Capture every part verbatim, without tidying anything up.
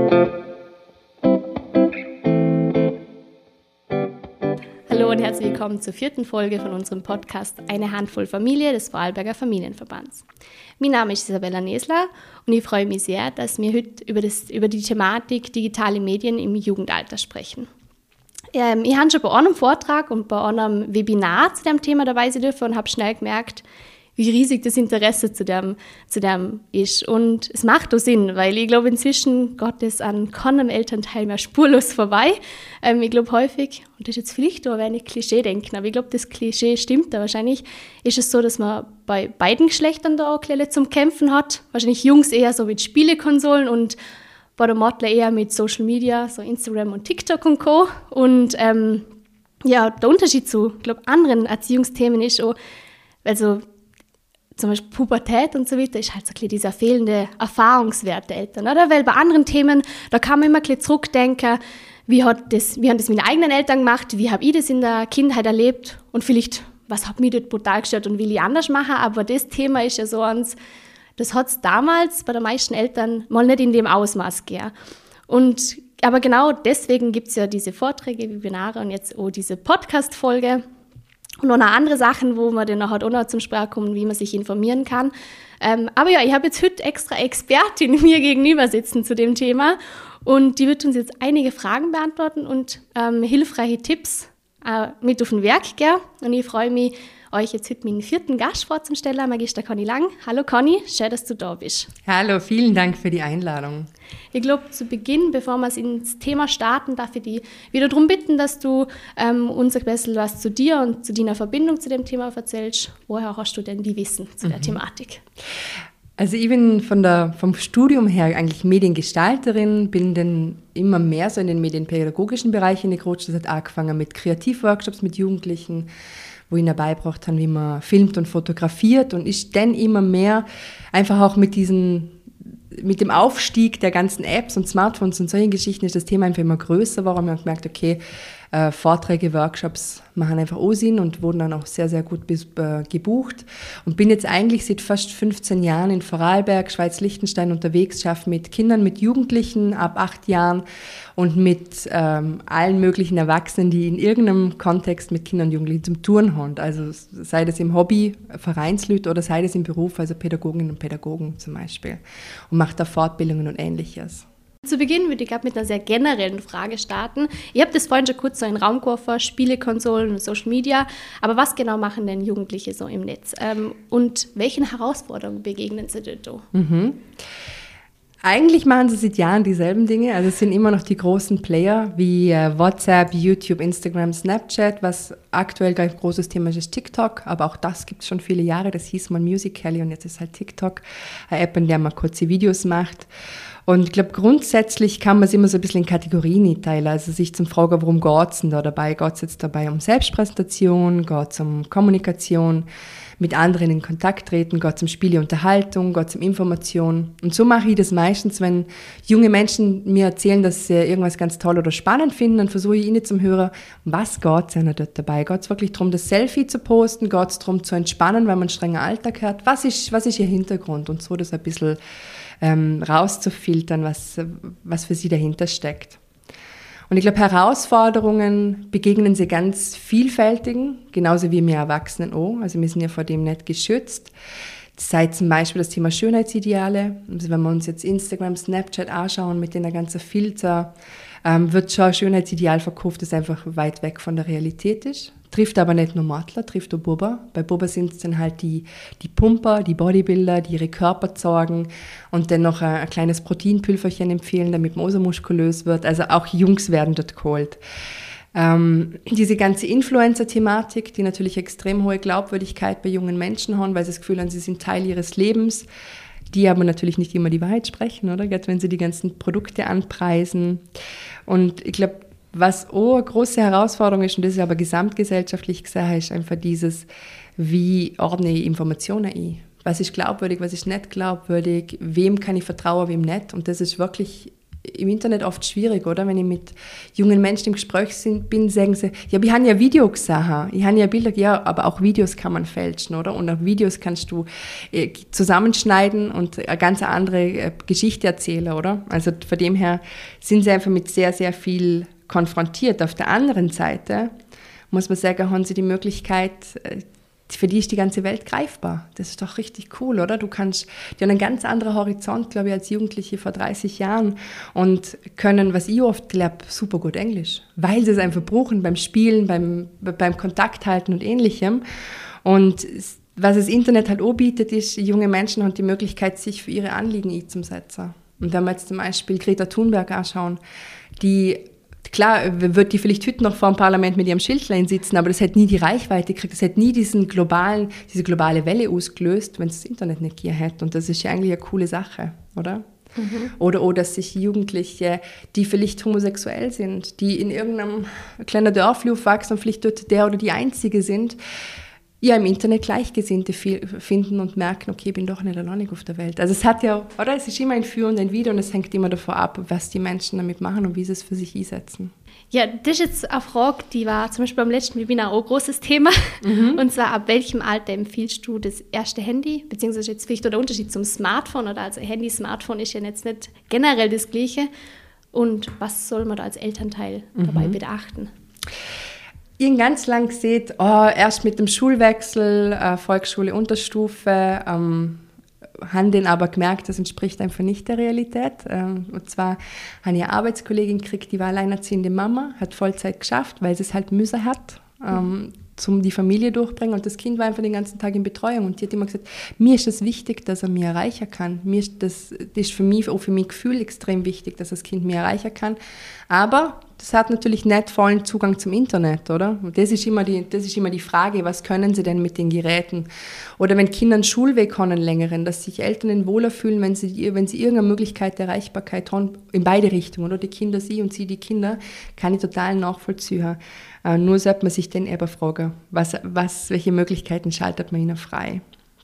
Hallo und herzlich willkommen zur vierten Folge von unserem Podcast Eine Handvoll Familie des Vorarlberger Familienverbands. Mein Name ist Isabella Nesler und ich freue mich sehr, dass wir heute über, das, über die Thematik digitale Medien im Jugendalter sprechen. Ähm, ich habe schon bei einem Vortrag und bei einem Webinar zu dem Thema dabei sein dürfen und habe schnell gemerkt, wie riesig das Interesse zu dem, zu dem ist. Und es macht auch Sinn, weil ich glaube, inzwischen geht es an keinem Elternteil mehr spurlos vorbei. Ähm, ich glaube häufig, und das ist jetzt vielleicht auch, wenn ich Klischee denke, aber ich glaube, das Klischee stimmt da wahrscheinlich, ist es so, dass man bei beiden Geschlechtern da auch ein zum Kämpfen hat. Wahrscheinlich Jungs eher so mit Spielekonsolen und bei der Mädchen eher mit Social Media, so Instagram und TikTok und Co. Und ähm, ja, der Unterschied zu, glaube anderen Erziehungsthemen ist auch, also zum Beispiel Pubertät und so weiter, ist halt so ein bisschen dieser fehlende Erfahrungswert der Eltern, oder? Weil bei anderen Themen, da kann man immer ein bisschen zurückdenken, wie, hat das, wie haben das meine eigenen Eltern gemacht, wie habe ich das in der Kindheit erlebt und vielleicht, was hat mich dort brutal gestört und will ich anders machen, aber das Thema ist ja so eins, das hat es damals bei den meisten Eltern mal nicht in dem Ausmaß gegeben. Und, aber genau deswegen gibt es ja diese Vorträge, Webinare und jetzt auch diese Podcast-Folge, und noch andere Sachen, wo man dann auch noch zum Sprache kommen, wie man sich informieren kann. Ähm, aber ja, ich habe jetzt heute extra Expertin mir gegenüber sitzen zu dem Thema und die wird uns jetzt einige Fragen beantworten und ähm, hilfreiche Tipps äh, mit auf den Werk geben. Und ich freue mich, euch jetzt heute meinen vierten Gast vorzustellen, Magister Conny Lang. Hallo Conny, schön, dass du da bist. Hallo, vielen Dank für die Einladung. Ich glaube, zu Beginn, bevor wir ins Thema starten, darf ich dich wieder darum bitten, dass du ähm, uns ein bisschen was zu dir und zu deiner Verbindung zu dem Thema erzählst. Woher hast du denn die Wissen zu der mhm. Thematik? Also ich bin von der, vom Studium her eigentlich Mediengestalterin, bin dann immer mehr so in den medienpädagogischen Bereich hineingerutscht. Das hat angefangen mit Kreativworkshops mit Jugendlichen, wo ich ihnen beigebracht habe, wie man filmt und fotografiert, und ich dann immer mehr einfach auch mit diesen mit dem Aufstieg der ganzen Apps und Smartphones und solchen Geschichten ist das Thema einfach immer größer geworden. Wir haben gemerkt, okay, äh, Vorträge, Workshops machen einfach auch Sinn und wurden dann auch sehr, sehr gut bis, äh, gebucht. Und bin jetzt eigentlich seit fast fünfzehn Jahren in Vorarlberg, Schweiz-Liechtenstein unterwegs, schaffe mit Kindern, mit Jugendlichen ab acht Jahren und mit ähm, allen möglichen Erwachsenen, die in irgendeinem Kontext mit Kindern und Jugendlichen zum Touren haben. Also sei das im Hobby, Vereinslüt oder sei das im Beruf, also Pädagoginnen und Pädagogen zum Beispiel. Und macht da Fortbildungen und Ähnliches. Zu Beginn würde ich gerade mit einer sehr generellen Frage starten. Ihr habt das vorhin schon kurz so in den Raum geworfen, Spielekonsolen und Social Media. Aber was genau machen denn Jugendliche so im Netz? Ähm, und welchen Herausforderungen begegnen sie da? Mhm. Eigentlich machen sie seit Jahren dieselben Dinge. Also es sind immer noch die großen Player wie äh, WhatsApp, YouTube, Instagram, Snapchat. Was aktuell ein großes Thema ist, ist TikTok. Aber auch das gibt es schon viele Jahre. Das hieß mal Musical.ly und jetzt ist halt TikTok eine App, in der man kurze Videos macht. Und ich glaube, grundsätzlich kann man es immer so ein bisschen in Kategorien einteilen. Also sich zum Fragen, worum geht es denn da dabei? Geht es jetzt dabei um Selbstpräsentation? Geht es um Kommunikation? Mit anderen in Kontakt treten? Geht es um Spiele, Unterhaltung? Geht es um Information? Und so mache ich das meistens, wenn junge Menschen mir erzählen, dass sie irgendwas ganz toll oder spannend finden, dann versuche ich ihnen zum Hören, was geht es denn dort dabei? Geht es wirklich darum, das Selfie zu posten? Geht es darum, zu entspannen, weil man einen strengen Alltag hat? Was ist, was ist ihr Hintergrund? Und so das ein bisschen ähm, rauszufiltern, was, was für sie dahinter steckt. Und ich glaube, Herausforderungen begegnen sie ganz vielfältigen, genauso wie wir Erwachsenen auch. Also wir sind ja vor dem nicht geschützt. Sei zum Beispiel das Thema Schönheitsideale. Also wenn wir uns jetzt Instagram, Snapchat anschauen mit den ganzen Filter, ähm, wird schon ein Schönheitsideal verkauft, das einfach weit weg von der Realität ist. Trifft aber nicht nur Mädler, trifft auch Buben. Bei Buben sind es dann halt die, die Pumper, die Bodybuilder, die ihre Körper zeigen und dann noch ein, ein kleines Proteinpülverchen empfehlen, damit man auch so muskulös wird. Also auch Jungs werden dort geholt. Ähm, diese ganze Influencer-Thematik, die natürlich extrem hohe Glaubwürdigkeit bei jungen Menschen haben, weil sie das Gefühl haben, sie sind Teil ihres Lebens, die aber natürlich nicht immer die Wahrheit sprechen, oder? Gerade wenn sie die ganzen Produkte anpreisen. Und ich glaube, was auch eine große Herausforderung ist, und das ist aber gesamtgesellschaftlich gesehen, ist einfach dieses, wie ordne ich Informationen ein? Was ist glaubwürdig, was ist nicht glaubwürdig? Wem kann ich vertrauen, wem nicht? Und das ist wirklich im Internet oft schwierig, oder? Wenn ich mit jungen Menschen im Gespräch bin, sagen sie, ja, wir haben ja Video gesehen, ich habe ja Bilder, ja, aber auch Videos kann man fälschen, oder? Und auch Videos kannst du äh, zusammenschneiden und eine ganz andere äh, Geschichte erzählen, oder? Also von dem her sind sie einfach mit sehr, sehr viel konfrontiert. Auf der anderen Seite muss man sagen, haben sie die Möglichkeit, äh, für die ist die ganze Welt greifbar. Das ist doch richtig cool, oder? Du kannst, die haben einen ganz anderen Horizont, glaube ich, als Jugendliche vor dreißig Jahren und können, was ich oft glaube, super gut Englisch, weil sie es einfach brauchen beim Spielen, beim, beim Kontakt halten und Ähnlichem. Und was das Internet halt auch bietet, ist, junge Menschen haben die Möglichkeit, sich für ihre Anliegen einzusetzen. Und wenn wir jetzt zum Beispiel Greta Thunberg anschauen, die klar, wird die vielleicht heute noch vor dem Parlament mit ihrem Schildlein sitzen, aber das hätte nie die Reichweite gekriegt, das hätte nie diesen globalen, diese globale Welle ausgelöst, wenn es das Internet nicht gegeben hätte. Und das ist ja eigentlich eine coole Sache, oder? Mhm. Oder, oder dass sich Jugendliche, die vielleicht homosexuell sind, die in irgendeinem kleinen Dörfli aufwachsen und vielleicht dort der oder die Einzige sind, ja, im Internet Gleichgesinnte finden und merken, okay, ich bin doch nicht alleine auf der Welt. Also es hat ja, oder? Es ist immer ein Für und ein Wider und es hängt immer davon ab, was die Menschen damit machen und wie sie es für sich einsetzen. Ja, das ist jetzt eine Frage, die war zum Beispiel beim letzten Webinar auch ein großes Thema. Mhm. Und zwar, ab welchem Alter empfiehlst du das erste Handy? Beziehungsweise jetzt vielleicht der Unterschied zum Smartphone, oder also Handy, Smartphone ist ja jetzt nicht generell das Gleiche. Und was soll man da als Elternteil mhm. dabei beachten? Ich habe ganz lang gesehen, oh, erst mit dem Schulwechsel, äh, Volksschule, Unterstufe, ähm, haben den aber gemerkt, das entspricht einfach nicht der Realität. Ähm, und zwar habe ich eine Arbeitskollegin gekriegt, die war alleinerziehende Mama, hat Vollzeit geschafft, weil sie es halt müssen hat, ähm, zum die Familie durchbringen. Und das Kind war einfach den ganzen Tag in Betreuung. Und die hat immer gesagt, mir ist es wichtig, dass er mich erreichen kann. Mir ist das, das ist für mich, auch für mein Gefühl extrem wichtig, dass das Kind mich erreichen kann. Aber das hat natürlich nicht vollen Zugang zum Internet, oder? Und das ist immer die, das ist immer die Frage, was können sie denn mit den Geräten? Oder wenn Kinder einen Schulweg haben, einen längeren, dass sich Eltern wohler fühlen, wenn sie, wenn sie irgendeine Möglichkeit der Erreichbarkeit haben, in beide Richtungen, oder? Die Kinder, sie und sie, die Kinder, kann ich total nachvollziehen. Äh, nur sollte man sich dann eben fragen, was, was, welche Möglichkeiten schaltet man ihnen frei?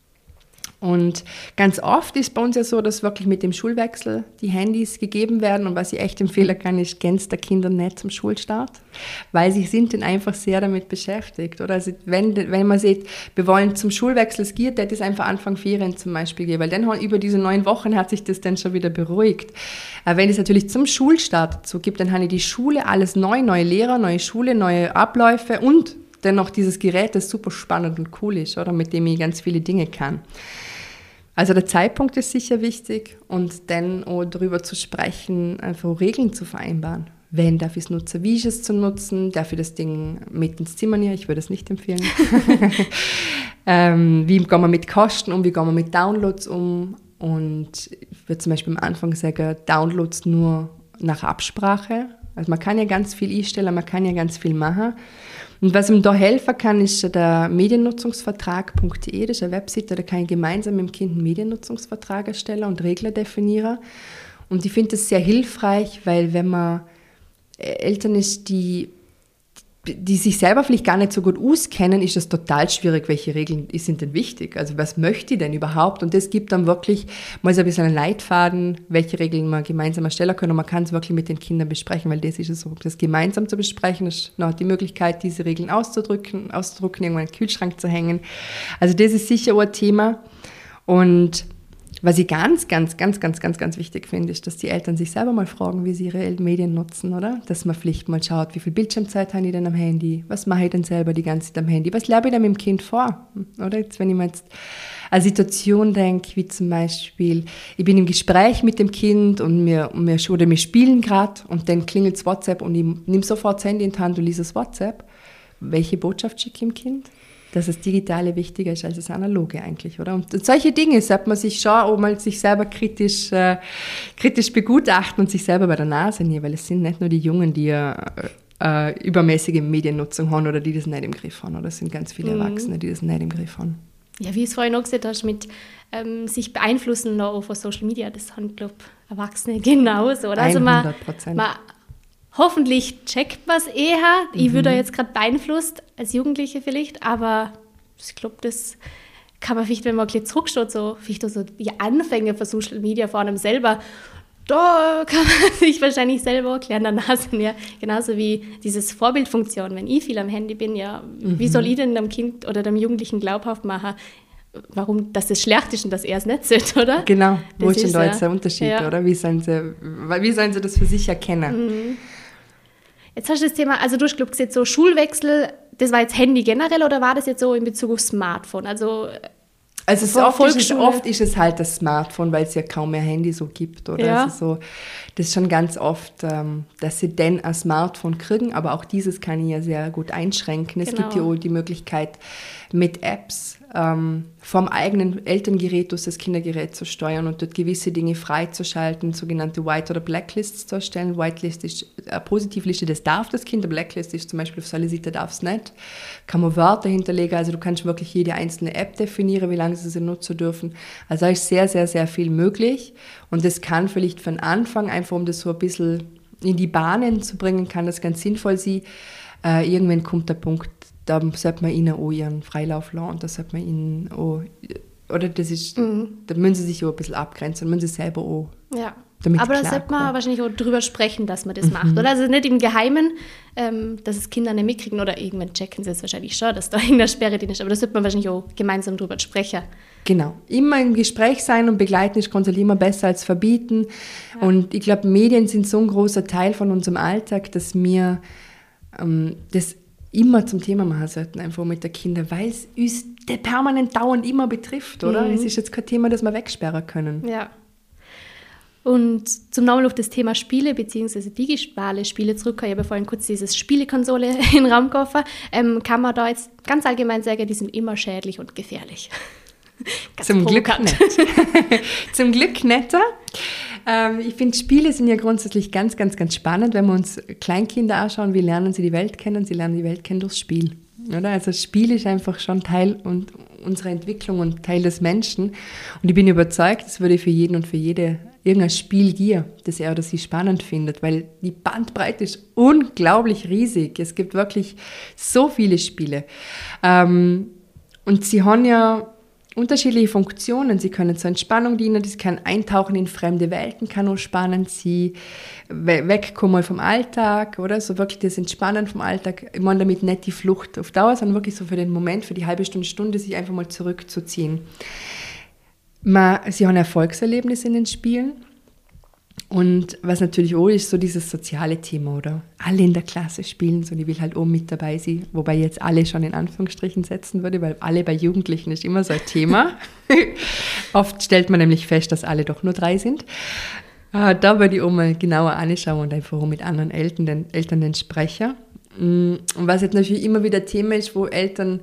Und ganz oft ist bei uns ja so, dass wirklich mit dem Schulwechsel die Handys gegeben werden. Und was ich echt empfehlen kann, ist, gänzt der Kinder nicht zum Schulstart, weil sie sind dann einfach sehr damit beschäftigt. Oder also wenn, wenn man sieht, wir wollen zum Schulwechsel, es geht, das ist einfach Anfang Ferien zum Beispiel gehen, weil dann über diese neun Wochen hat sich das dann schon wieder beruhigt. Aber wenn es natürlich zum Schulstart dazu gibt, dann habe ich die Schule, alles neu, neue Lehrer, neue Schule, neue Abläufe und dennoch dieses Gerät, das super spannend und cool ist, oder, mit dem ich ganz viele Dinge kann. Also der Zeitpunkt ist sicher wichtig und dann auch darüber zu sprechen, einfach Regeln zu vereinbaren. Wenn darf ich es nutzen, wie ist es zu nutzen, darf ich das Ding mit ins Zimmer nehmen, ich würde es nicht empfehlen. ähm, wie gehen wir mit Kosten um, wie gehen wir mit Downloads um? Und ich würde zum Beispiel am Anfang sagen, Downloads nur nach Absprache. Also man kann ja ganz viel einstellen, man kann ja ganz viel machen. Und was ihm da helfen kann, ist der mediennutzungsvertrag punkt de, das ist eine Webseite, da kann ich gemeinsam mit dem Kind einen Mediennutzungsvertrag erstellen und Regler definieren. Und ich finde das sehr hilfreich, weil wenn man Eltern ist, die, die sich selber vielleicht gar nicht so gut auskennen, ist es total schwierig, welche Regeln sind denn wichtig? Also was möchte ich denn überhaupt? Und das gibt dann wirklich mal so ein bisschen einen Leitfaden, welche Regeln man gemeinsam erstellen können. Und man kann es wirklich mit den Kindern besprechen, weil das ist es so, das gemeinsam zu besprechen, ist noch die Möglichkeit, diese Regeln auszudrücken, auszudrücken, irgendwo in den Kühlschrank zu hängen. Also das ist sicher auch ein Thema. Und was ich ganz, ganz, ganz, ganz, ganz, ganz wichtig finde, ist, dass die Eltern sich selber mal fragen, wie sie ihre Medien nutzen, oder? Dass man vielleicht mal schaut, wie viel Bildschirmzeit haben die denn am Handy? Was mache ich denn selber die ganze Zeit am Handy? Was lebe ich denn mit dem Kind vor? Oder jetzt, wenn ich mir jetzt eine Situation denke, wie zum Beispiel, ich bin im Gespräch mit dem Kind und wir, und wir, oder wir spielen gerade und dann klingelt das WhatsApp und ich nehme sofort das Handy in die Hand und lese das WhatsApp. Welche Botschaft schicke ich dem Kind? Dass das Digitale wichtiger ist als das Analoge eigentlich, oder? Und solche Dinge sollte man sich schon auch mal sich selber kritisch, äh, kritisch begutachten und sich selber bei der Nase nehmen, weil es sind nicht nur die Jungen, die äh, äh, übermäßige Mediennutzung haben oder die das nicht im Griff haben, oder es sind ganz viele mhm. Erwachsene, die das nicht im Griff haben. Ja, wie du es vorhin auch gesagt hast, mit ähm, sich beeinflussen auch von Social Media, das haben, glaube ich, Erwachsene genauso, oder? Also hundert Prozent. Man, man hoffentlich checkt man es eher. Mhm. Ich würde jetzt gerade beeinflusst, als Jugendliche vielleicht, aber ich glaube, das kann man vielleicht, wenn man ein bisschen zurückschaut, so, vielleicht auch so die Anfänge von Social Media vor allem selber, da kann man sich wahrscheinlich selber erklären. Danach sind ja genauso wie dieses Vorbildfunktion. Wenn ich viel am Handy bin, ja, mhm. wie soll ich denn dem Kind oder dem Jugendlichen glaubhaft machen, warum das schlecht ist und dass er es nicht sieht, oder? Genau, wo das ist denn da jetzt ja, der Unterschied, ja. oder? Wie sollen, sie, wie sollen sie das für sich erkennen? Mhm. Jetzt hast du das Thema, also du hast gesagt, jetzt so Schulwechsel, das war jetzt Handy generell oder war das jetzt so in Bezug auf Smartphone? Also Also es oft, ist es, oft ist es halt das Smartphone, weil es ja kaum mehr Handy so gibt, oder? Ja. Also so, das ist schon ganz oft, ähm, dass sie dann ein Smartphone kriegen, aber auch dieses kann ich ja sehr gut einschränken. Es Genau. gibt ja auch die Möglichkeit, mit Apps ähm, vom eigenen Elterngerät aus das Kindergerät zu steuern und dort gewisse Dinge freizuschalten, sogenannte White- oder Blacklists zu erstellen. Whitelist ist eine Positivliste, das darf das Kind, eine Blacklist ist zum Beispiel auf solche Seite darf es nicht. Kann man Wörter hinterlegen, also du kannst wirklich jede einzelne App definieren, wie lange sie sie nutzen dürfen. Also da ist sehr, sehr, sehr viel möglich und das kann vielleicht von Anfang, einfach um das so ein bisschen in die Bahnen zu bringen, kann das ganz sinnvoll sein. Äh, irgendwann kommt der Punkt, da sollte man ihnen auch ihren Freilauf lassen, da sollte man ihnen auch, oder das ist, mhm. da müssen sie sich auch ein bisschen abgrenzen, müssen sie selber auch ja. damit Aber da klarkommen. sollte man wahrscheinlich auch drüber sprechen, dass man das Mhm. macht, oder? Also nicht im Geheimen, ähm, dass es Kinder nicht mitkriegen oder irgendwann checken sie es wahrscheinlich schon, dass da irgendeine Sperre drin ist, aber da sollte man wahrscheinlich auch gemeinsam drüber sprechen. Genau, immer im Gespräch sein und begleiten ist grundsätzlich immer besser als verbieten. Ja. Und ich glaube, Medien sind so ein großer Teil von unserem Alltag, dass wir ähm, das immer zum Thema machen sollten, einfach mit den Kindern, weil es uns permanent dauernd immer betrifft, oder? Mhm. Es ist jetzt kein Thema, das wir wegsperren können. Ja. Und zum nochmal auf das Thema Spiele bzw. digitale Spiele zurückkommen, ich habe vorhin kurz dieses Spielekonsole in den Raum geworfen, ähm, kann man da jetzt ganz allgemein sagen, die sind immer schädlich und gefährlich. Zum Glück nicht. Zum Glück nicht. Ähm, ich finde, Spiele sind ja grundsätzlich ganz, ganz, ganz spannend, wenn wir uns Kleinkinder anschauen, wie lernen sie die Welt kennen? Sie lernen die Welt kennen durchs Spiel. Oder? Also Spiel ist einfach schon Teil und unserer Entwicklung und Teil des Menschen. Und ich bin überzeugt, es würde für jeden und für jede irgendein Spiel geben, das er oder sie spannend findet, weil die Bandbreite ist unglaublich riesig. Es gibt wirklich so viele Spiele. Ähm, und sie haben ja unterschiedliche Funktionen. Sie können zur Entspannung dienen, sie können eintauchen in fremde Welten, kann auch spannend sein, wegkommen vom Alltag, oder? So wirklich das Entspannen vom Alltag. Ich meine damit nicht die Flucht auf Dauer, sondern wirklich so für den Moment, für die halbe Stunde, Stunde, sich einfach mal zurückzuziehen. Man, sie haben Erfolgserlebnisse in den Spielen. Und was natürlich auch ist, so dieses soziale Thema, oder? Alle in der Klasse spielen, so, ich will halt auch mit dabei sein, wobei ich jetzt alle schon in Anführungsstrichen setzen würde, weil alle bei Jugendlichen ist immer so ein Thema. Oft stellt man nämlich fest, dass alle doch nur drei sind. Äh, da würde ich auch mal genauer anschauen und einfach auch mit anderen Eltern, den, Eltern den sprechen. Und was jetzt natürlich immer wieder Thema ist, wo Eltern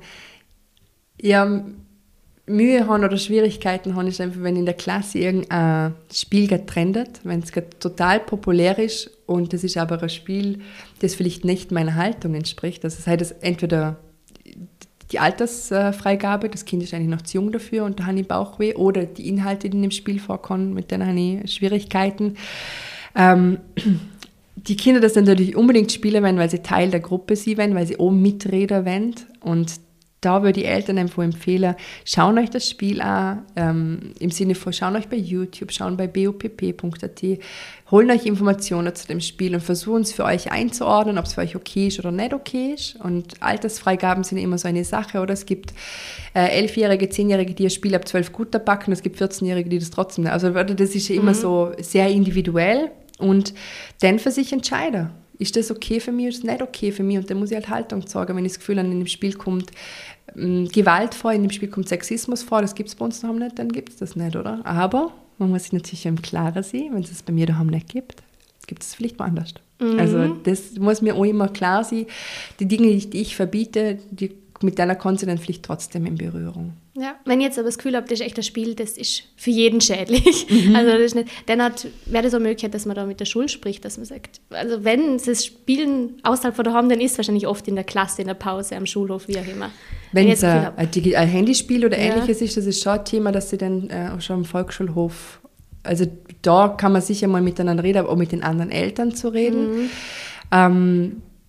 ja Mühe haben oder Schwierigkeiten haben, ist einfach, wenn in der Klasse irgendein Spiel getrennt, wenn es total populär ist und das ist aber ein Spiel, das vielleicht nicht meiner Haltung entspricht. Also das heißt, entweder die Altersfreigabe, das Kind ist eigentlich noch zu jung dafür und da habe ich Bauchweh, oder die Inhalte, die in dem Spiel vorkommen, mit denen habe ich Schwierigkeiten. Ähm, die Kinder das natürlich unbedingt spielen wollen, weil sie Teil der Gruppe sind, weil sie oben mitreden wollen, und da würde ich Eltern einfach empfehlen, schauen euch das Spiel an, ähm, im Sinne von, schauen euch bei YouTube, schauen bei b o p p punkt a t, holen euch Informationen zu dem Spiel und versuchen es für euch einzuordnen, ob es für euch okay ist oder nicht okay ist. Und Altersfreigaben sind immer so eine Sache, oder? Es gibt äh, Elfjährige, Zehnjährige, die ihr Spiel ab zwölf gut packen, es gibt vierzehnjährige, die das trotzdem nicht. Also das ist ja immer mhm. so sehr individuell, und dann für sich entscheiden. Ist das okay für mich, ist das nicht okay für mich? Und dann muss ich halt Haltung zeigen, wenn ich das Gefühl habe, in dem Spiel kommt ähm, Gewalt vor, in dem Spiel kommt Sexismus vor, das gibt es bei uns daheim nicht, dann gibt es das nicht, oder? Aber man muss sich natürlich im Klaren sein, wenn es es bei mir daheim nicht gibt, gibt es vielleicht woanders. Mhm. Also das muss mir auch immer klar sein, die Dinge, die ich verbiete, die, mit denen kommt sie dann vielleicht trotzdem in Berührung. Ja, wenn ich jetzt aber das Gefühl habe, das ist echt ein Spiel, das ist für jeden schädlich. Mhm. Also das ist nicht, dann hat, wäre das so eine Möglichkeit, dass man da mit der Schule spricht, dass man sagt, also wenn sie das Spielen außerhalb von daheim, dann ist es wahrscheinlich oft in der Klasse, in der Pause, am Schulhof, wie auch immer. Wenn, wenn es ein, ein, ein Handyspiel oder ja. Ähnliches ist, das ist schon ein Thema, dass sie dann äh, auch schon am Volksschulhof, also da kann man sicher mal miteinander reden, aber auch mit den anderen Eltern zu reden. Mhm. Ähm,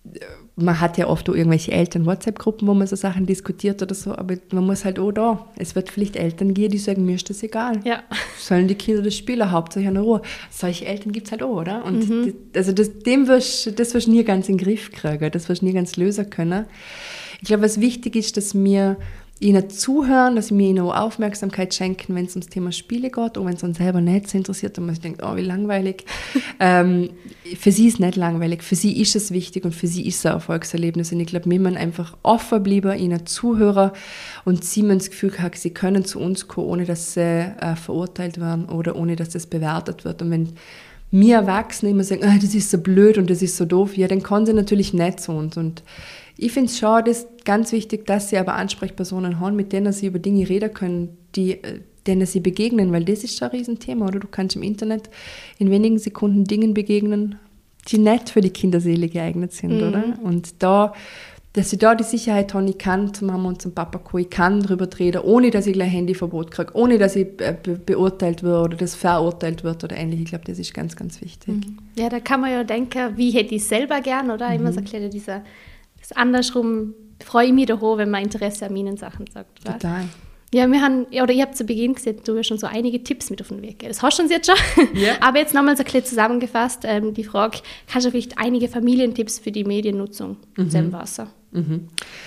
man hat ja oft auch irgendwelche Eltern-WhatsApp-Gruppen, wo man so Sachen diskutiert oder so, aber man muss halt auch da, es wird vielleicht Eltern geben, die sagen, mir ist das egal. Ja. Sollen die Kinder das spielen, hauptsächlich in Ruhe. Solche Eltern gibt es halt auch, oder? Und Mhm. die, also das, dem wirst, das wirst du nie ganz in den Griff kriegen, das wirst du nie ganz lösen können. Ich glaube, was wichtig ist, dass wir ihnen zuhören, dass wir ihnen auch Aufmerksamkeit schenken, wenn es ums Thema Spiele geht, auch wenn es uns selber nicht so interessiert und man sich denkt, oh, wie langweilig. ähm, für sie ist es nicht langweilig, für sie ist es wichtig und für sie ist es ein Erfolgserlebnis. Und ich glaube, wir müssen einfach offen bleiben, ihnen zuhören und sie müssen das Gefühl haben, sie können zu uns kommen, ohne dass sie äh, verurteilt werden oder ohne dass das bewertet wird. Und wenn wir Erwachsene immer sagen, oh, das ist so blöd und das ist so doof, ja, dann kann sie natürlich nicht zu uns. Und ich finde es schon, das ist ganz wichtig, dass sie aber Ansprechpersonen haben, mit denen sie über Dinge reden können, die, denen sie begegnen, weil das ist schon ein Riesenthema, oder? Du kannst im Internet in wenigen Sekunden Dingen begegnen, die nicht für die Kinderseele geeignet sind, mhm. oder? Und da, dass ich da die Sicherheit habe, ich kann zum Mama und zum Papa kommen, ich kann darüber reden, ohne dass ich gleich Handyverbot kriege, ohne dass ich be- beurteilt wird oder das verurteilt wird oder ähnlich. Ich glaube, das ist ganz, ganz wichtig. Ja, da kann man ja denken, wie hätte ich es selber gern, oder? Mhm. Immer so ein dieser das andersrum freue ich mich doch, wenn man Interesse an meinen Sachen sagt. Oder? Total. Ja, wir haben, oder ich habe zu Beginn gesagt, du hast schon so einige Tipps mit auf den Weg gegeben. Das hast du uns jetzt schon. Yeah. Aber jetzt nochmal so ein bisschen zusammengefasst, ähm, die Frage, kannst du vielleicht einige Familientipps für die Mediennutzung mhm. selber Wasser? Mhm.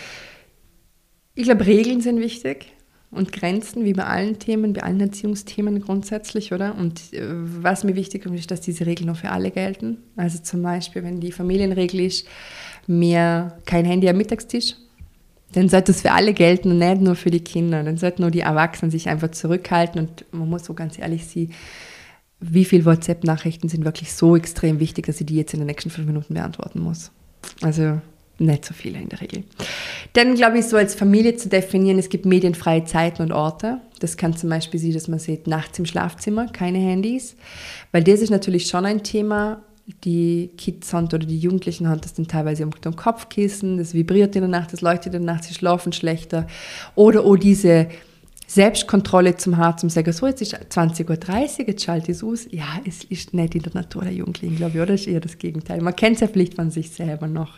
Ich glaube, Regeln sind wichtig und Grenzen, wie bei allen Themen, bei allen Erziehungsthemen grundsätzlich, oder? Und äh, was mir wichtig ist, dass diese Regeln auch für alle gelten. Also zum Beispiel, wenn die Familienregel ist, mehr kein Handy am Mittagstisch, dann sollte das für alle gelten und nicht nur für die Kinder. Dann sollten nur die Erwachsenen sich einfach zurückhalten und man muss so ganz ehrlich sein, wie viele WhatsApp-Nachrichten sind wirklich so extrem wichtig, dass ich die jetzt in den nächsten fünf Minuten beantworten muss. Also nicht so viele in der Regel. Dann glaube ich, so als Familie zu definieren, es gibt medienfreie Zeiten und Orte. Das kann zum Beispiel sein, dass man sieht, nachts im Schlafzimmer keine Handys, weil das ist natürlich schon ein Thema. Die Kids haben oder die Jugendlichen haben das dann teilweise am Kopfkissen, das vibriert in der Nacht, das leuchtet in der Nacht, sie schlafen schlechter. Oder auch diese Selbstkontrolle zum Haar, zum sagen, so, jetzt ist zwanzig Uhr dreißig, jetzt schalte ich es aus. Ja, es ist nicht in der Natur der Jugendlichen, glaube ich, oder? Das ist eher das Gegenteil. Man kennt es ja vielleicht von sich selber noch.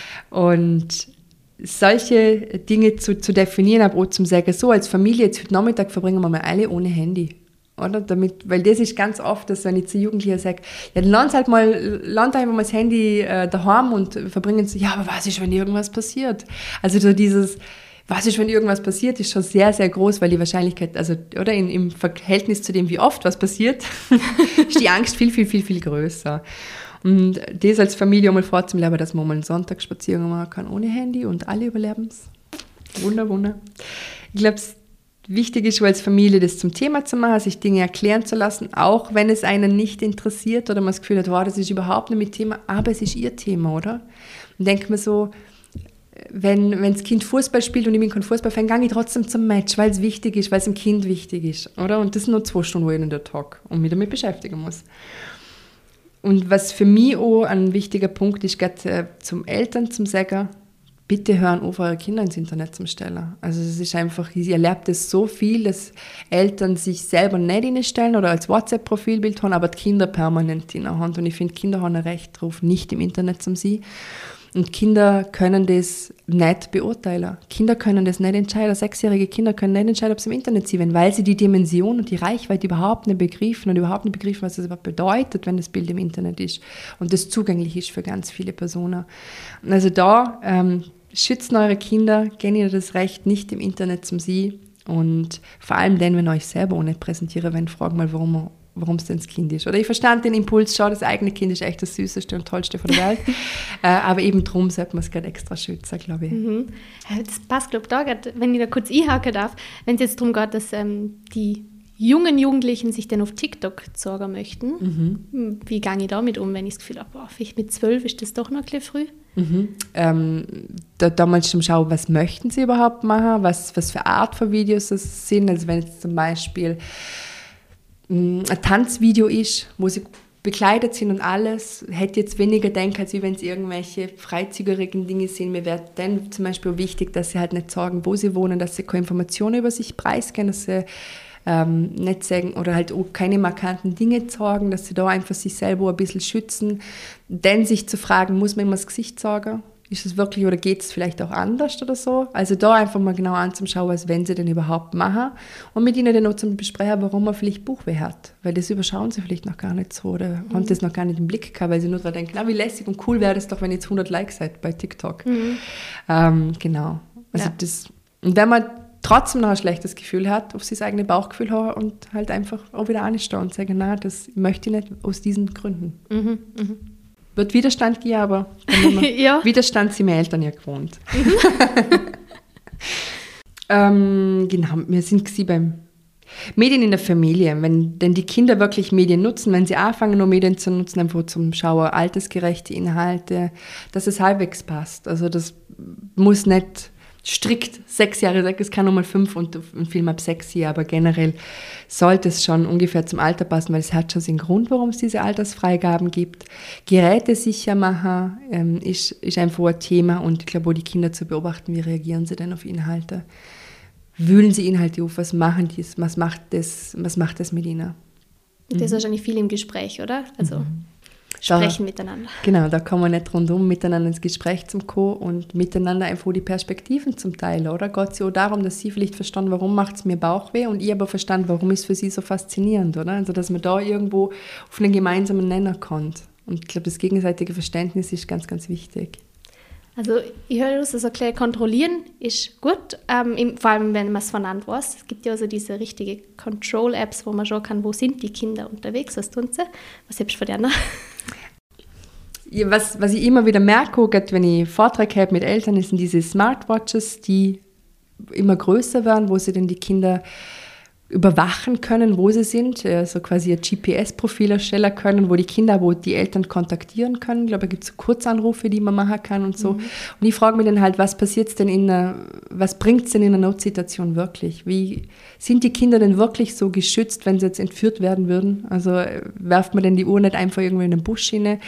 Und solche Dinge zu, zu definieren, aber auch zum sagen, so, als Familie, jetzt heute Nachmittag verbringen wir mal alle ohne Handy. Oder? Damit, weil das ist ganz oft, dass wenn ich zu Jugendlichen sage, ja, dann lernt halt mal, lernt einfach mal das Handy äh, daheim und verbringen es, ja, aber was ist, wenn irgendwas passiert? Also so dieses, was ist, wenn irgendwas passiert, ist schon sehr, sehr groß, weil die Wahrscheinlichkeit, also, oder in, im Verhältnis zu dem, wie oft was passiert, ist die Angst viel, viel, viel, viel größer. Und das als Familie mal vorzuleben, dass man mal einen Sonntagsspaziergang machen kann ohne Handy und alle überleben es. Wunder, Wunder. Ich glaube, wichtig ist, als Familie das zum Thema zu machen, sich Dinge erklären zu lassen, auch wenn es einen nicht interessiert oder man das Gefühl hat, wow, das ist überhaupt nicht mein Thema, aber es ist ihr Thema, oder? Und denke mir so, wenn, wenn das Kind Fußball spielt und ich bin kein Fußballfan, gehe ich trotzdem zum Match, weil es wichtig ist, weil es dem Kind wichtig ist, oder? Und das sind nur zwei Stunden, wo ich in der Tag und mich damit beschäftigen muss. Und was für mich auch ein wichtiger Punkt ist, gerade äh, zum Eltern zum sagen, bitte hören auf, eure Kinder ins Internet zu stellen. Also es ist einfach, ich erlebe das so viel, dass Eltern sich selber nicht reinstellen oder als WhatsApp-Profilbild haben, aber die Kinder permanent in der Hand. Und ich finde, Kinder haben ein Recht darauf, nicht im Internet zu sein. Und Kinder können das nicht beurteilen. Kinder können das nicht entscheiden. Sechsjährige Kinder können nicht entscheiden, ob sie im Internet sind, weil sie die Dimension und die Reichweite überhaupt nicht begreifen und überhaupt nicht begreifen, was das überhaupt bedeutet, wenn das Bild im Internet ist und das zugänglich ist für ganz viele Personen. Also da ähm, schützt eure Kinder, geben ihnen das Recht, nicht im Internet zu sein. Und vor allem dann, wenn ihr euch selber auch nicht präsentieren wollt, fragt mal, warum warum es denn das Kind ist. Oder ich verstand den Impuls schon, das eigene Kind ist echt das Süßeste und Tollste von der Welt. äh, aber eben darum sollte man es gerade extra schützen, glaube ich. Mhm. Das passt, glaube ich, da gerade, wenn ich da kurz einhaken darf, wenn es jetzt darum geht, dass ähm, die jungen Jugendlichen sich dann auf TikTok sorgen möchten. Mhm. Wie gehe ich damit um, wenn ich das Gefühl habe, boah, vielleicht mit zwölf ist das doch noch ein bisschen früh? Mhm. Ähm, da, da mal zum Schauen, was möchten sie überhaupt machen, was, was für Art von Videos das sind. Also wenn jetzt zum Beispiel ein Tanzvideo ist, wo sie bekleidet sind und alles, hätte jetzt weniger denken, als wenn es irgendwelche freizügigen Dinge sind. Mir wäre dann zum Beispiel wichtig, dass sie halt nicht sagen, wo sie wohnen, dass sie keine Informationen über sich preisgeben, dass sie ähm, nicht sagen oder halt auch keine markanten Dinge sagen, dass sie da einfach sich selber ein bisschen schützen. Dann sich zu fragen, muss man immer das Gesicht sagen? Ist es wirklich oder geht es vielleicht auch anders oder so? Also da einfach mal genau anzuschauen, was wenn sie denn überhaupt machen und mit ihnen dann auch zu besprechen, warum man vielleicht Bauchweh hat. Weil das überschauen sie vielleicht noch gar nicht so oder mhm. haben das noch gar nicht im Blick gehabt, weil sie nur daran denken, na, wie lässig und cool wäre das doch, wenn ihr jetzt hundert Likes seid bei TikTok. Mhm. Ähm, genau. Also ja. das, und wenn man trotzdem noch ein schlechtes Gefühl hat, auf sein eigenes Bauchgefühl hat und halt einfach auch wieder anstehen und sagen, na, das möchte ich nicht aus diesen Gründen. Mhm. Mhm. Wird Widerstand geben, aber ja. Widerstand sind meine Eltern ja gewohnt. Mhm. ähm, genau, wir sind beim Medien in der Familie. Wenn denn die Kinder wirklich Medien nutzen, wenn sie anfangen, nur Medien zu nutzen, einfach zum Schauen, altersgerechte Inhalte, dass es halbwegs passt. Also das muss nicht strikt sechs Jahre sein, es kann nochmal fünf und ein Film ab sechs Jahre, aber generell sollte es schon ungefähr zum Alter passen, weil es hat schon den Grund, warum es diese Altersfreigaben gibt. Geräte sicher machen ähm, ist, ist einfach ein Thema und ich glaube, auch die Kinder zu beobachten, wie reagieren sie denn auf Inhalte. Wühlen sie Inhalte auf, was machen die, was macht das, was macht das mit ihnen? Das ist wahrscheinlich viel im Gespräch, oder? Also mhm. Sprechen da, miteinander. Genau, da kann man nicht rundum miteinander ins Gespräch zum kommen und miteinander einfach die Perspektiven zum Teilen, oder? Geht es ja auch darum, dass sie vielleicht verstanden, warum macht es mir Bauchweh und ich aber verstanden, warum ist es für sie so faszinierend, oder? Also, dass man da irgendwo auf einen gemeinsamen Nenner kommt. Und ich glaube, das gegenseitige Verständnis ist ganz, ganz wichtig. Also ich höre das, also klar, kontrollieren ist gut, ähm, vor allem wenn man es voneinander weiß. Es gibt ja also diese richtigen Control-Apps, wo man schauen kann, wo sind die Kinder unterwegs, was tun sie, was selbst von denen. Ja, was, was ich immer wieder merke, wenn ich Vorträge habe mit Eltern, sind diese Smartwatches, die immer größer werden, wo sie dann die Kinder überwachen können, wo sie sind, also quasi ein G P S-Profil erstellen können, wo die Kinder, wo die Eltern kontaktieren können. Ich glaube, da gibt es so Kurzanrufe, die man machen kann und so. Mhm. Und ich frage mich dann halt, was passiert denn in einer, was bringt es denn in einer Notsituation wirklich? Wie sind die Kinder denn wirklich so geschützt, wenn sie jetzt entführt werden würden? Also werft man denn die Uhr nicht einfach irgendwo in den Busch hinein?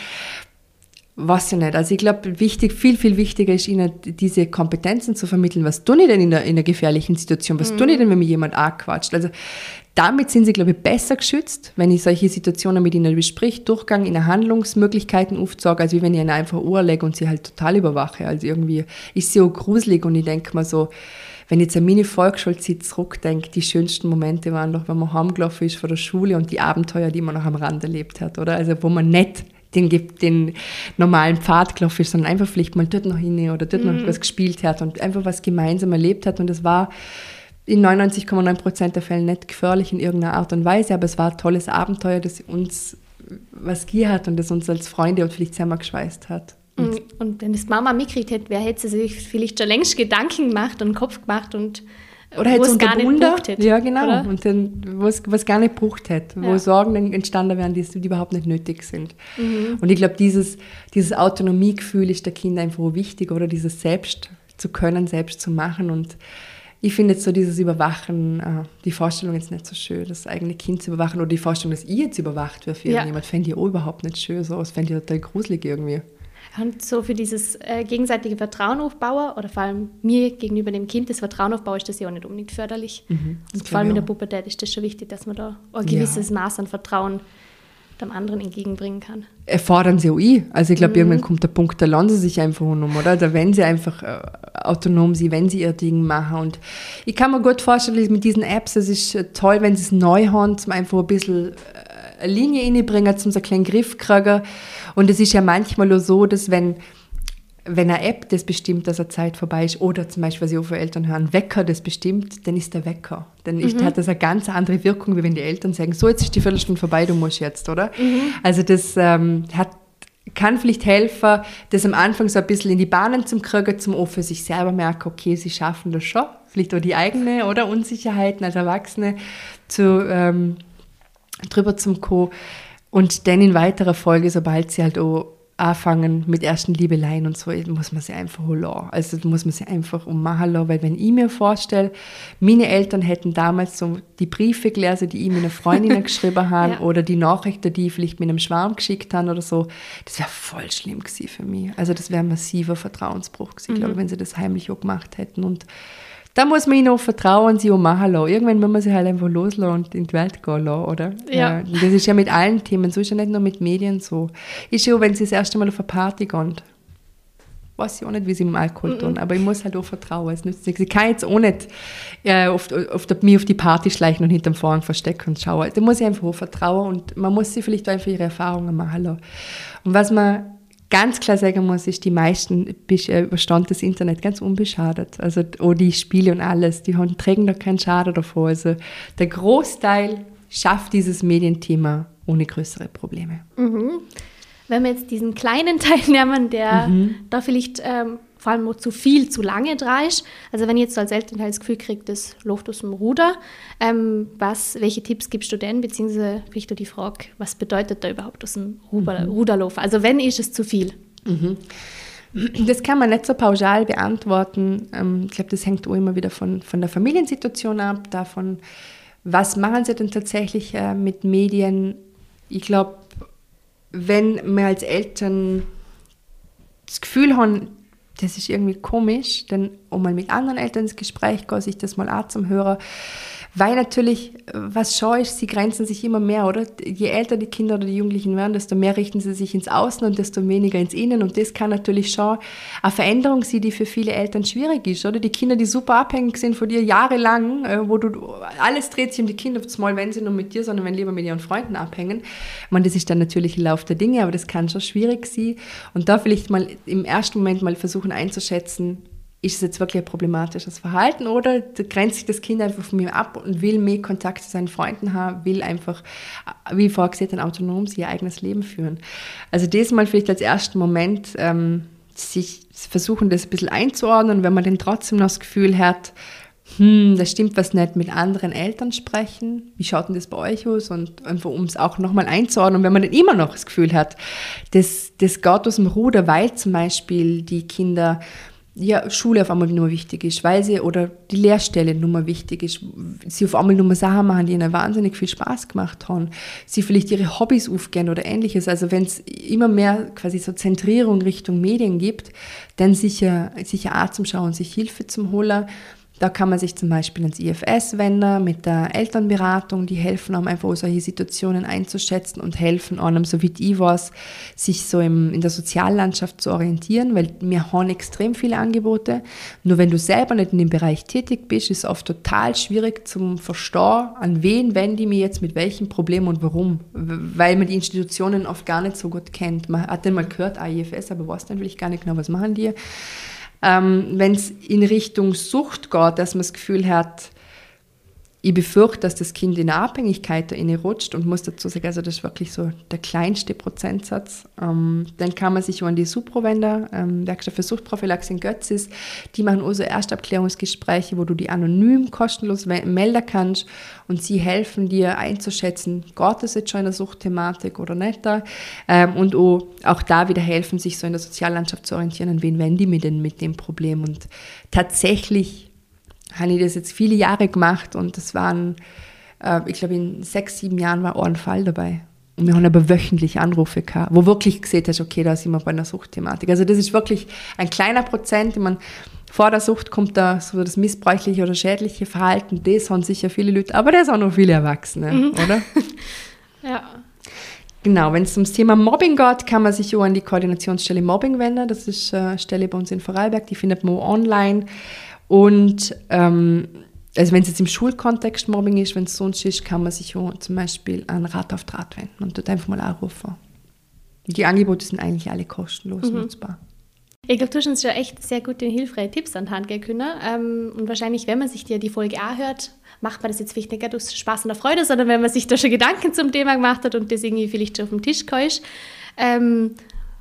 Weiß ich nicht. Also ich glaube, wichtig, viel, viel wichtiger ist ihnen, diese Kompetenzen zu vermitteln. Was tun die denn in einer, in einer gefährlichen Situation? Was mhm. tun die denn, wenn mir jemand anquatscht? Also damit sind sie, glaube ich, besser geschützt, wenn ich solche Situationen mit ihnen besprich, Durchgang in Handlungsmöglichkeiten aufzeige, als wie wenn ich ihnen einfach Ohr lege und sie halt total überwache. Also irgendwie ist sie auch gruselig und ich denke mir so, wenn ich jetzt an meine Volksschulzeit zurückdenke, die schönsten Momente waren doch, wenn man heimgelaufen ist von der Schule und die Abenteuer, die man noch am Rand erlebt hat, oder? Also wo man nicht den, den normalen Pfad gelaufen ist, sondern einfach vielleicht mal dort noch hin oder dort mhm. noch was gespielt hat und einfach was gemeinsam erlebt hat. Und das war in neunundneunzig Komma neun Prozent der Fälle nicht gefährlich in irgendeiner Art und Weise, aber es war ein tolles Abenteuer, das uns was gegeben hat und das uns als Freunde und vielleicht zusammen geschweißt hat. Und, und wenn das Mama mitgekriegt hätte, wer hätte sie sich vielleicht schon längst Gedanken gemacht und Kopf gemacht und oder hätte es gar nicht gebraucht hätte. Ja, genau. Oder? Und dann, was, was gar nicht gebraucht hätte, wo ja. Sorgen dann entstanden wären, die, die überhaupt nicht nötig sind. Mhm. Und ich glaube, dieses, dieses Autonomiegefühl ist der Kinder einfach wichtig, oder dieses selbst zu können, selbst zu machen. Und ich finde jetzt so dieses Überwachen, äh, die Vorstellung jetzt nicht so schön, das eigene Kind zu überwachen, oder die Vorstellung, dass ich jetzt überwacht werde für ja. irgendjemand, fände ich auch überhaupt nicht schön. So, das fände ich total gruselig irgendwie. Und so für dieses äh, gegenseitige Vertrauen aufbauen, oder vor allem mir gegenüber dem Kind das Vertrauen aufbauen, ist das ja auch nicht unbedingt förderlich. Mhm, und vor allem in der Pubertät ist das schon wichtig, dass man da ein gewisses ja. Maß an Vertrauen dem anderen entgegenbringen kann. Erfordern sie auch ich. Also ich glaube, mhm. irgendwann kommt der Punkt, da lassen sie sich einfach um, oder? Da wenn sie einfach äh, autonom sind, wenn sie ihr Ding machen. Und ich kann mir gut vorstellen, mit diesen Apps, es ist äh, toll, wenn sie es neu haben, zum einfach ein bisschen äh, eine Linie reinbringen, zum so einen kleinen Griff kriegen. Und es ist ja manchmal auch so, dass wenn, wenn eine App das bestimmt, dass eine Zeit vorbei ist, oder zum Beispiel, was ich auch von Eltern höre, ein Wecker das bestimmt, dann ist der Wecker. Dann ist, mhm. hat das eine ganz andere Wirkung, wie wenn die Eltern sagen, so, jetzt ist die Viertelstunde vorbei, du musst jetzt, oder? Mhm. Also das ähm, hat, kann vielleicht helfen, das am Anfang so ein bisschen in die Bahnen zu kriegen, zum auch für sich selber merken, okay, sie schaffen das schon, vielleicht auch die eigene oder Unsicherheiten als Erwachsene zu, ähm, drüber zum Co. Und dann in weiterer Folge, sobald sie halt auch anfangen mit ersten Liebeleien und so, muss man sie einfach lassen. Also muss man sie einfach ummachen lassen, weil wenn ich mir vorstelle, meine Eltern hätten damals so die Briefe gelesen, die ich meiner Freundin geschrieben habe, ja. oder die Nachrichten, die ich vielleicht mit einem Schwarm geschickt habe oder so, das wäre voll schlimm gewesen für mich. Also das wäre ein massiver Vertrauensbruch gewesen, mhm. glaube ich, wenn sie das heimlich auch gemacht hätten. Und Da muss man ihnen auch vertrauen und sie auch machen lassen. Irgendwann muss man sich halt einfach loslassen und in die Welt gehen lassen, oder? Ja. Das ist ja mit allen Themen so, ist ja nicht nur mit Medien so. Ist ja auch, wenn sie das erste Mal auf eine Party gehen. Weiß ich auch nicht, wie sie mit dem Alkohol tun, aber ich muss halt auch vertrauen. Es nützt nichts. Ich kann jetzt auch nicht äh, auf, auf, auf, mich auf die Party schleichen und hinterm Vorhang verstecken und schauen. Da muss ich einfach auch vertrauen und man muss sie vielleicht einfach ihre Erfahrungen machen lassen. Und was man ganz klar sagen muss, ist, die meisten überstanden das Internet ganz unbeschadet. Also auch die Spiele und alles, die haben, tragen da keinen Schaden davor. Also der Großteil schafft dieses Medienthema ohne größere Probleme. Mhm. Wenn wir jetzt diesen kleinen Teil nehmen, der mhm. da vielleicht ähm, vor allem zu viel, zu lange dran ist, also wenn ich jetzt als Elternteil das Gefühl kriege, das läuft aus dem Ruder, ähm, was, welche Tipps gibst du denn, beziehungsweise vielleicht auch die Frage, was bedeutet da überhaupt aus dem Ruder, mhm. Ruderlaufen? Also wenn ist es zu viel? Mhm. Das kann man nicht so pauschal beantworten. Ähm, ich glaube, das hängt auch immer wieder von, von der Familiensituation ab, davon, was machen sie denn tatsächlich äh, mit Medien. Ich glaube, wenn wir als Eltern das Gefühl haben, das ist irgendwie komisch, dann um mal mit anderen Eltern ins Gespräch gehen, sich das mal auch zum Hören. Weil natürlich, was schon ist, sie grenzen sich immer mehr, oder? Je älter die Kinder oder die Jugendlichen werden, desto mehr richten sie sich ins Außen und desto weniger ins Innen. Und das kann natürlich schon eine Veränderung sein, die für viele Eltern schwierig ist, oder? Die Kinder, die super abhängig sind von dir jahrelang, wo du, alles dreht sich um die Kinder, mal wenn sie nur mit dir, sondern wenn lieber mit ihren Freunden abhängen. Ich meine, das ist dann natürlich ein Lauf der Dinge, aber das kann schon schwierig sein. Und da vielleicht mal im ersten Moment mal versuchen einzuschätzen, ist es jetzt wirklich ein problematisches Verhalten oder grenzt sich das Kind einfach von mir ab und will mehr Kontakt zu seinen Freunden haben, will einfach, wie vorher gesagt, ein autonom ihr eigenes Leben führen. Also das mal vielleicht als ersten Moment ähm, sich versuchen, das ein bisschen einzuordnen, wenn man dann trotzdem noch das Gefühl hat, hm, da stimmt was nicht, mit anderen Eltern sprechen, wie schaut denn das bei euch aus und einfach um es auch nochmal einzuordnen, und wenn man dann immer noch das Gefühl hat, das, das geht aus dem Ruder, weil zum Beispiel die Kinder ja, Schule auf einmal nur wichtig ist, weil sie, oder die Lehrstelle nur mal wichtig ist, sie auf einmal nur mal Sachen machen, die ihnen wahnsinnig viel Spaß gemacht haben, sie vielleicht ihre Hobbys aufgehen oder ähnliches, also wenn es immer mehr quasi so Zentrierung Richtung Medien gibt, dann sicher, sicher auch zum Schauen, sich Hilfe zum Holen. Da kann man sich zum Beispiel ans I F S wenden mit der Elternberatung, die helfen einem einfach solche Situationen einzuschätzen und helfen einem, so wie ich weiß, sich so im, in der Soziallandschaft zu orientieren, weil wir haben extrem viele Angebote. Nur wenn du selber nicht in dem Bereich tätig bist, ist es oft total schwierig zum Verstehen, an wen wende ich mich jetzt mit welchem Problem und warum, weil man die Institutionen oft gar nicht so gut kennt. Man hat dann mal gehört, I F S, aber weiß dann natürlich gar nicht genau, was machen die. Ähm, wenn es in Richtung Sucht geht, dass man das Gefühl hat, ich befürchte, dass das Kind in eine Abhängigkeit da rutscht und muss dazu sagen, also das ist wirklich so der kleinste Prozentsatz. Ähm, dann kann man sich an die Supro wenden, ähm, Werkstatt für Suchtprophylaxe in Götzis. Die machen auch so Erstabklärungsgespräche, wo du die anonym kostenlos melden kannst und sie helfen dir einzuschätzen, geht das jetzt schon in der Suchtthematik oder nicht da? Ähm, und auch, auch da wieder helfen, sich so in der Soziallandschaft zu orientieren, an wen wende ich mich denn mit dem Problem. Und tatsächlich habe ich das jetzt viele Jahre gemacht und das waren, äh, ich glaube, in sechs, sieben Jahren war ein Fall dabei. Und wir haben aber wöchentlich Anrufe gehabt, wo wirklich gesehen hast, okay, da sind wir bei einer Suchtthematik. Also das ist wirklich ein kleiner Prozent. Ich meine, vor der Sucht kommt da so das missbräuchliche oder schädliche Verhalten. Das haben sicher viele Leute, aber das auch noch viele Erwachsene, mhm. oder? Ja. Genau, wenn es ums Thema Mobbing geht, kann man sich auch an die Koordinationsstelle Mobbing wenden. Das ist eine Stelle bei uns in Vorarlberg, die findet man auch online. Und ähm, also wenn es jetzt im Schulkontext Mobbing ist, wenn es sonst ist, kann man sich auch zum Beispiel an Rat auf Draht wenden und dort einfach mal anrufen. Die Angebote sind eigentlich alle kostenlos mhm. nutzbar. Ich glaube, du hast uns schon echt sehr gute und hilfreiche Tipps an die Hand gegeben. Ähm, und wahrscheinlich, wenn man sich dir die Folge anhört, macht man das jetzt vielleicht nicht aus Spaß und Freude, sondern wenn man sich da schon Gedanken zum Thema gemacht hat und das irgendwie vielleicht schon auf dem Tisch ist. Ähm,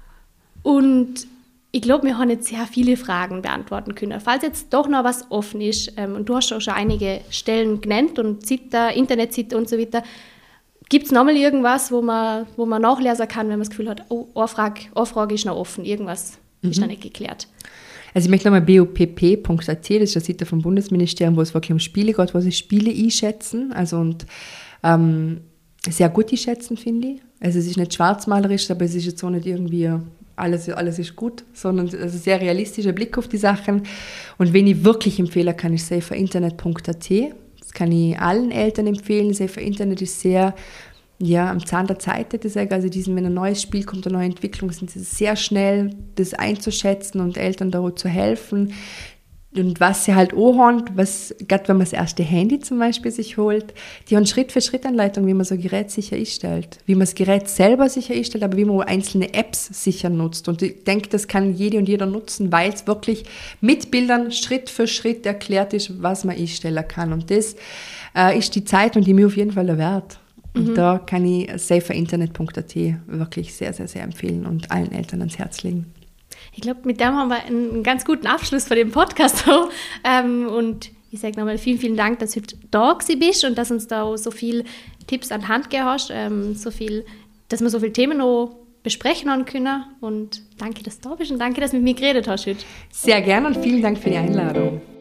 und ich glaube, wir haben jetzt sehr viele Fragen beantworten können. Falls jetzt doch noch was offen ist, ähm, und du hast auch schon einige Stellen genannt und Zita, Internetseite und so weiter, gibt es nochmal irgendwas, wo man, wo man nachlesen kann, wenn man das Gefühl hat, oh, eine Frage, eine Frage ist noch offen, irgendwas mhm. ist noch nicht geklärt? Also ich möchte nochmal b o p p punkt a t, das ist eine Seite vom Bundesministerium, wo es wirklich um Spiele geht, wo sie Spiele einschätzen, also und ähm, sehr gut einschätzen, finde ich. Also es ist nicht schwarzmalerisch, aber es ist jetzt auch nicht irgendwie alles, alles ist gut, sondern also sehr realistischer Blick auf die Sachen. Und wenn ich wirklich empfehlen kann, ist safer internet punkt a t. Das kann ich allen Eltern empfehlen. Safer Internet ist sehr ja, am Zahn der Zeit, hätte ich sagen. Also diesen, wenn ein neues Spiel kommt, eine neue Entwicklung, sind sie sehr schnell, das einzuschätzen und Eltern darauf zu helfen. Und was sie halt auch haben, was, gerade wenn man das erste Handy zum Beispiel sich holt, die haben Schritt-für-Schritt-Anleitung, wie man so ein Gerät sicher einstellt. Wie man das Gerät selber sicher einstellt, aber wie man einzelne Apps sicher nutzt. Und ich denke, das kann jede und jeder nutzen, weil es wirklich mit Bildern Schritt für Schritt erklärt ist, was man einstellen kann. Und das äh, ist die Zeit und die mir auf jeden Fall wert. Und mhm. da kann ich safer internet punkt a t wirklich sehr, sehr, sehr empfehlen und allen Eltern ans Herz legen. Ich glaube, mit dem haben wir einen ganz guten Abschluss von dem Podcast. ähm, und ich sage nochmal vielen, vielen Dank, dass du da gewesen bist und dass uns da so viele Tipps an die Hand gegeben hast, ähm, so viel, dass wir so viele Themen noch besprechen können. Und danke, dass du da bist und danke, dass du mit mir geredet hast heute. Sehr gerne und vielen Dank für die Einladung.